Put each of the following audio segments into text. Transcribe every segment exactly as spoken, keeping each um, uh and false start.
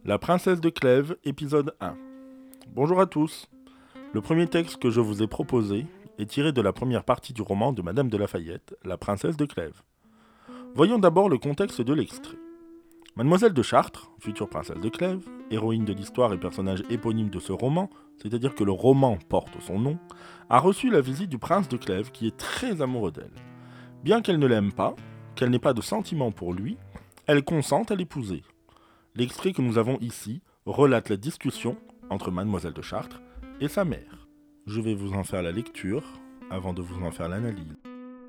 La princesse de Clèves, épisode un. Bonjour à tous. Le premier texte que je vous ai proposé est tiré de la première partie du roman de Madame de Lafayette, La princesse de Clèves. Voyons d'abord le contexte de l'extrait. Mademoiselle de Chartres, future princesse de Clèves, héroïne de l'histoire et personnage éponyme de ce roman, c'est-à-dire que le roman porte son nom, a reçu la visite du prince de Clèves qui est très amoureux d'elle. Bien qu'elle ne l'aime pas, qu'elle n'ait pas de sentiment pour lui, elle consent à l'épouser. L'extrait que nous avons ici relate la discussion entre Mademoiselle de Chartres et sa mère. Je vais vous en faire la lecture avant de vous en faire l'analyse.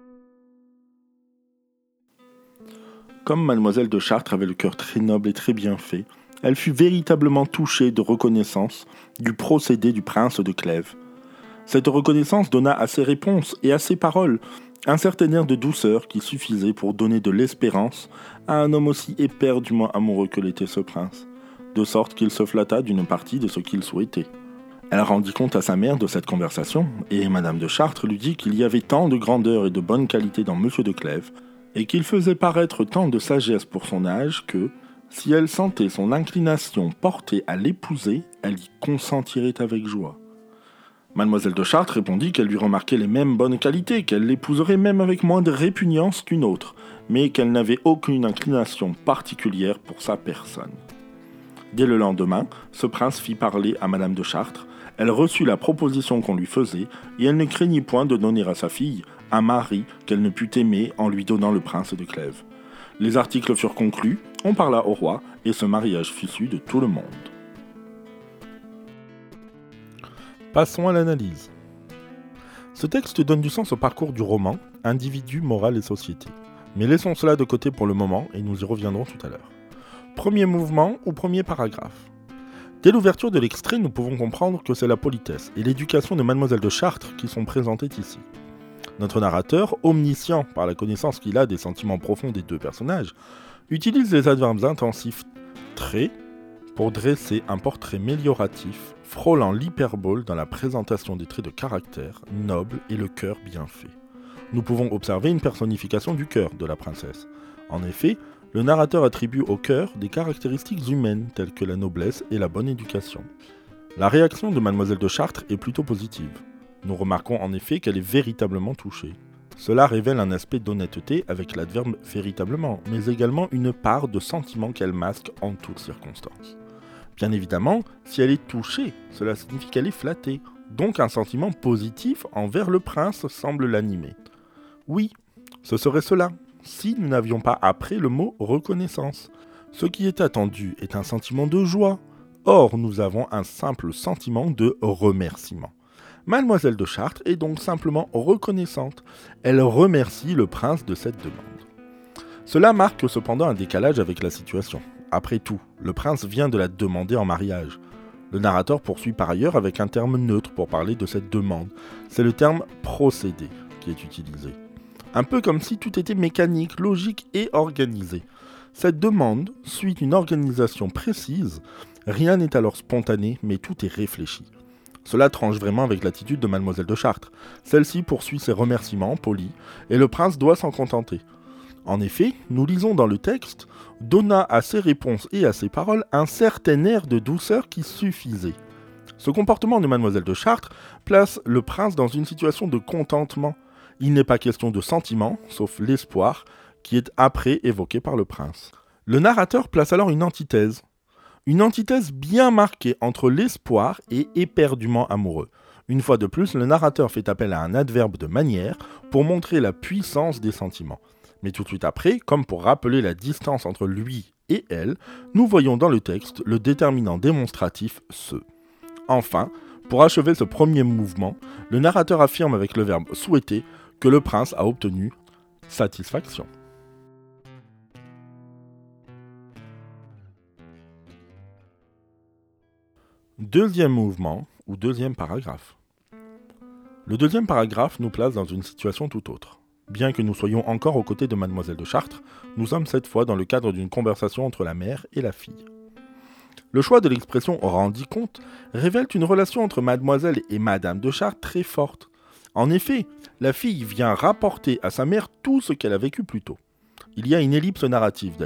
Comme Mademoiselle de Chartres avait le cœur très noble et très bien fait, elle fut véritablement touchée de reconnaissance du procédé du prince de Clèves. Cette reconnaissance donna à ses réponses et à ses paroles un certain air de douceur qui suffisait pour donner de l'espérance à un homme aussi éperdument amoureux que l'était ce prince, de sorte qu'il se flatta d'une partie de ce qu'il souhaitait. Elle rendit compte à sa mère de cette conversation, et Madame de Chartres lui dit qu'il y avait tant de grandeur et de bonne qualité dans Monsieur de Clèves, et qu'il faisait paraître tant de sagesse pour son âge que, si elle sentait son inclination portée à l'épouser, elle y consentirait avec joie. Mademoiselle de Chartres répondit qu'elle lui remarquait les mêmes bonnes qualités, qu'elle l'épouserait même avec moins de répugnance qu'une autre, mais qu'elle n'avait aucune inclination particulière pour sa personne. Dès le lendemain, ce prince fit parler à Madame de Chartres, elle reçut la proposition qu'on lui faisait, et elle ne craignit point de donner à sa fille un mari qu'elle ne pût aimer en lui donnant le prince de Clèves. Les articles furent conclus, on parla au roi, et ce mariage fut su de tout le monde. Passons à l'analyse. Ce texte donne du sens au parcours du roman, individu, morale et société. Mais laissons cela de côté pour le moment et nous y reviendrons tout à l'heure. Premier mouvement ou premier paragraphe. Dès l'ouverture de l'extrait, nous pouvons comprendre que c'est la politesse et l'éducation de Mademoiselle de Chartres qui sont présentées ici. Notre narrateur, omniscient par la connaissance qu'il a des sentiments profonds des deux personnages, utilise les adverbes intensifs très pour dresser un portrait mélioratif, frôlant l'hyperbole dans la présentation des traits de caractère noble et le cœur bien fait. Nous pouvons observer une personnification du cœur de la princesse. En effet, le narrateur attribue au cœur des caractéristiques humaines telles que la noblesse et la bonne éducation. La réaction de Mademoiselle de Chartres est plutôt positive. Nous remarquons en effet qu'elle est véritablement touchée. Cela révèle un aspect d'honnêteté avec l'adverbe « véritablement », mais également une part de sentiment qu'elle masque en toutes circonstances. Bien évidemment, si elle est touchée, cela signifie qu'elle est flattée, donc un sentiment positif envers le prince semble l'animer. Oui, ce serait cela, si nous n'avions pas après le mot « reconnaissance ». Ce qui est attendu est un sentiment de joie, or nous avons un simple sentiment de remerciement. Mademoiselle de Chartres est donc simplement reconnaissante, elle remercie le prince de cette demande. Cela marque cependant un décalage avec la situation. Après tout, le prince vient de la demander en mariage. Le narrateur poursuit par ailleurs avec un terme neutre pour parler de cette demande. C'est le terme « procédé » qui est utilisé. Un peu comme si tout était mécanique, logique et organisé. Cette demande suit une organisation précise, rien n'est alors spontané, mais tout est réfléchi. Cela tranche vraiment avec l'attitude de Mademoiselle de Chartres. Celle-ci poursuit ses remerciements polis, et le prince doit s'en contenter. En effet, nous lisons dans le texte, donna à ses réponses et à ses paroles un certain air de douceur qui suffisait. Ce comportement de Mademoiselle de Chartres place le prince dans une situation de contentement. Il n'est pas question de sentiment, sauf l'espoir, qui est après évoqué par le prince. Le narrateur place alors une antithèse. Une antithèse bien marquée entre l'espoir et éperdument amoureux. Une fois de plus, le narrateur fait appel à un adverbe de manière pour montrer la puissance des sentiments. Mais tout de suite après, comme pour rappeler la distance entre lui et elle, nous voyons dans le texte le déterminant démonstratif « ce ». Enfin, pour achever ce premier mouvement, le narrateur affirme avec le verbe « souhaiter » que le prince a obtenu satisfaction. Deuxième mouvement ou deuxième paragraphe. Le deuxième paragraphe nous place dans une situation tout autre. Bien que nous soyons encore aux côtés de Mademoiselle de Chartres, nous sommes cette fois dans le cadre d'une conversation entre la mère et la fille. Le choix de l'expression « rendit compte » révèle une relation entre Mademoiselle et Madame de Chartres très forte. En effet, la fille vient rapporter à sa mère tout ce qu'elle a vécu plus tôt. Il y a une ellipse narrative d'ailleurs.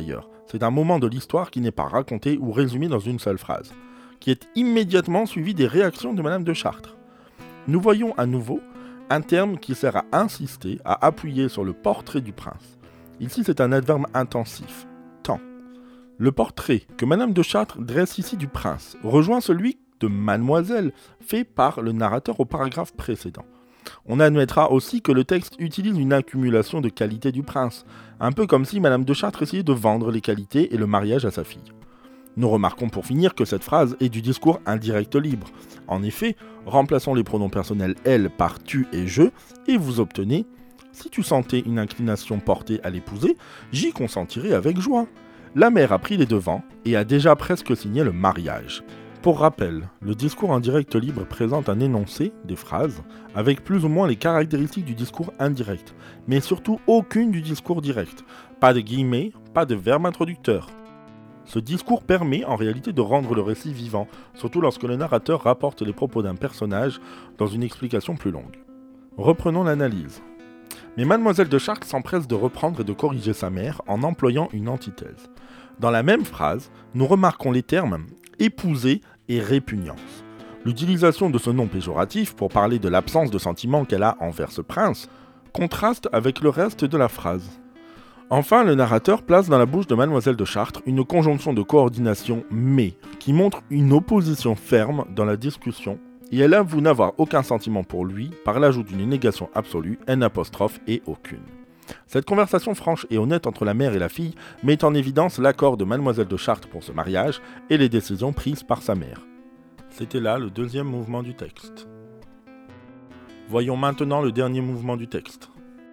C'est un moment de l'histoire qui n'est pas raconté ou résumé dans une seule phrase, qui est immédiatement suivi des réactions de Madame de Chartres. Nous voyons à nouveau un terme qui sert à insister, à appuyer sur le portrait du prince. Ici, c'est un adverbe intensif, tant. Le portrait que Madame de Chartres dresse ici du prince rejoint celui de Mademoiselle, fait par le narrateur au paragraphe précédent. On admettra aussi que le texte utilise une accumulation de qualités du prince, un peu comme si Madame de Chartres essayait de vendre les qualités et le mariage à sa fille. Nous remarquons pour finir que cette phrase est du discours indirect libre. En effet, remplaçons les pronoms personnels elle par tu et je, et vous obtenez « Si tu sentais une inclination portée à l'épouser, j'y consentirais avec joie ». La mère a pris les devants et a déjà presque signé le mariage. Pour rappel, le discours indirect libre présente un énoncé, des phrases, avec plus ou moins les caractéristiques du discours indirect, mais surtout aucune du discours direct. Pas de guillemets, pas de verbe introducteur. Ce discours permet en réalité de rendre le récit vivant, surtout lorsque le narrateur rapporte les propos d'un personnage dans une explication plus longue. Reprenons l'analyse. Mais Mademoiselle de Chartres s'empresse de reprendre et de corriger sa mère en employant une antithèse. Dans la même phrase, nous remarquons les termes « épouser » et « répugnance ». L'utilisation de ce nom péjoratif pour parler de l'absence de sentiment qu'elle a envers ce prince contraste avec le reste de la phrase. Enfin, le narrateur place dans la bouche de Mademoiselle de Chartres une conjonction de coordination « mais » qui montre une opposition ferme dans la discussion et elle avoue n'avoir aucun sentiment pour lui par l'ajout d'une négation absolue, N apostrophe et aucune. Cette conversation franche et honnête entre la mère et la fille met en évidence l'accord de Mademoiselle de Chartres pour ce mariage et les décisions prises par sa mère. C'était là le deuxième mouvement du texte. Voyons maintenant le dernier mouvement du texte.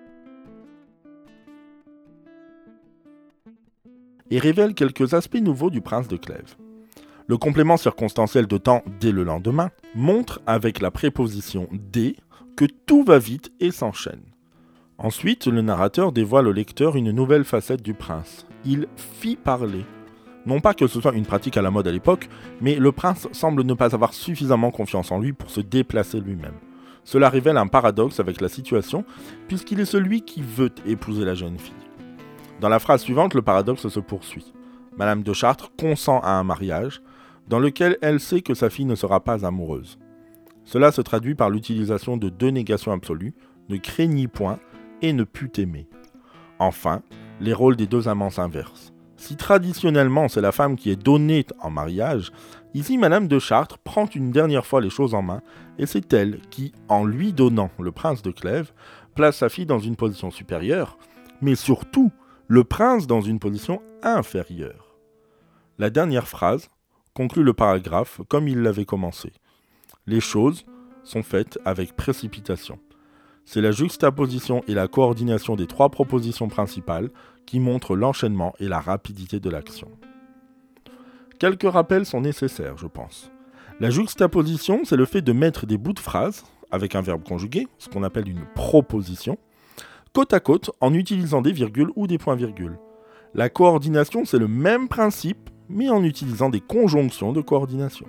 Et révèle quelques aspects nouveaux du prince de Clèves. Le complément circonstanciel de temps dès le lendemain montre avec la préposition dès que tout va vite et s'enchaîne. Ensuite, le narrateur dévoile au lecteur une nouvelle facette du prince. Il fit parler. Non pas que ce soit une pratique à la mode à l'époque, mais le prince semble ne pas avoir suffisamment confiance en lui pour se déplacer lui-même. Cela révèle un paradoxe avec la situation, puisqu'il est celui qui veut épouser la jeune fille. Dans la phrase suivante, le paradoxe se poursuit. Madame de Chartres consent à un mariage, dans lequel elle sait que sa fille ne sera pas amoureuse. Cela se traduit par l'utilisation de deux négations absolues, ne craignit point et ne put aimer. Enfin, les rôles des deux amants s'inversent. Si traditionnellement c'est la femme qui est donnée en mariage, ici Madame de Chartres prend une dernière fois les choses en main et c'est elle qui, en lui donnant le prince de Clèves, place sa fille dans une position supérieure, mais surtout le prince dans une position inférieure. La dernière phrase conclut le paragraphe comme il l'avait commencé. Les choses sont faites avec précipitation. C'est la juxtaposition et la coordination des trois propositions principales qui montrent l'enchaînement et la rapidité de l'action. Quelques rappels sont nécessaires, je pense. La juxtaposition, c'est le fait de mettre des bouts de phrases, avec un verbe conjugué, ce qu'on appelle une proposition, côte à côte en utilisant des virgules ou des points-virgules. La coordination, c'est le même principe, mais en utilisant des conjonctions de coordination.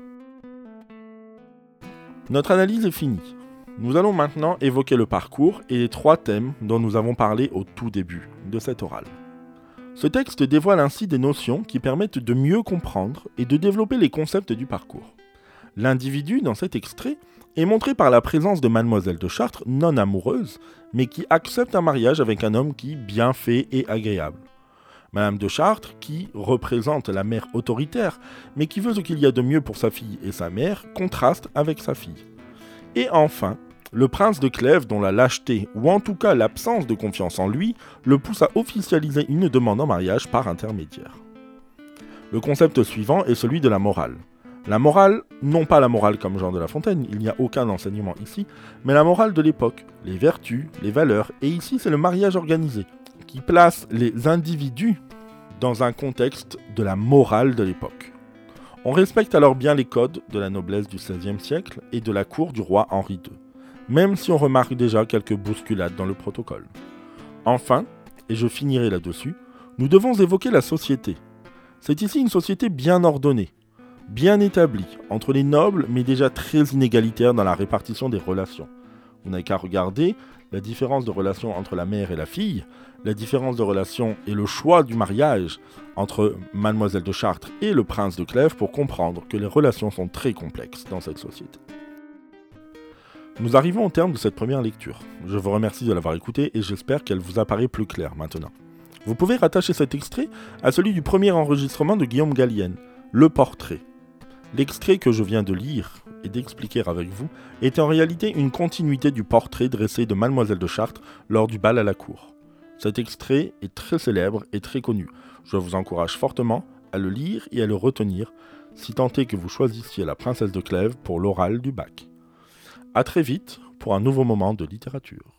Notre analyse est finie. Nous allons maintenant évoquer le parcours et les trois thèmes dont nous avons parlé au tout début de cette orale. Ce texte dévoile ainsi des notions qui permettent de mieux comprendre et de développer les concepts du parcours. L'individu, dans cet extrait, est montré par la présence de Mademoiselle de Chartres, non amoureuse, mais qui accepte un mariage avec un homme qui bien fait et agréable. Madame de Chartres, qui représente la mère autoritaire, mais qui veut ce qu'il y a de mieux pour sa fille et sa mère, contraste avec sa fille. Et enfin, le prince de Clèves, dont la lâcheté, ou en tout cas l'absence de confiance en lui, le pousse à officialiser une demande en mariage par intermédiaire. Le concept suivant est celui de la morale. La morale, non pas la morale comme Jean de La Fontaine, il n'y a aucun enseignement ici, mais la morale de l'époque, les vertus, les valeurs, et ici c'est le mariage organisé, qui place les individus dans un contexte de la morale de l'époque. On respecte alors bien les codes de la noblesse du seizième siècle et de la cour du roi Henri deux, même si on remarque déjà quelques bousculades dans le protocole. Enfin, et je finirai là-dessus, nous devons évoquer la société. C'est ici une société bien ordonnée, bien établie, entre les nobles mais déjà très inégalitaire dans la répartition des relations. Vous n'avez qu'à regarder la différence de relation entre la mère et la fille, la différence de relation et le choix du mariage entre Mademoiselle de Chartres et le prince de Clèves pour comprendre que les relations sont très complexes dans cette société. Nous arrivons au terme de cette première lecture. Je vous remercie de l'avoir écoutée et j'espère qu'elle vous apparaît plus claire maintenant. Vous pouvez rattacher cet extrait à celui du premier enregistrement de Guillaume Gallienne, Le Portrait. L'extrait que je viens de lire et d'expliquer avec vous est en réalité une continuité du portrait dressé de Mademoiselle de Chartres lors du bal à la cour. Cet extrait est très célèbre et très connu. Je vous encourage fortement à le lire et à le retenir, si tant est que vous choisissiez la princesse de Clèves pour l'oral du bac. A très vite pour un nouveau moment de littérature.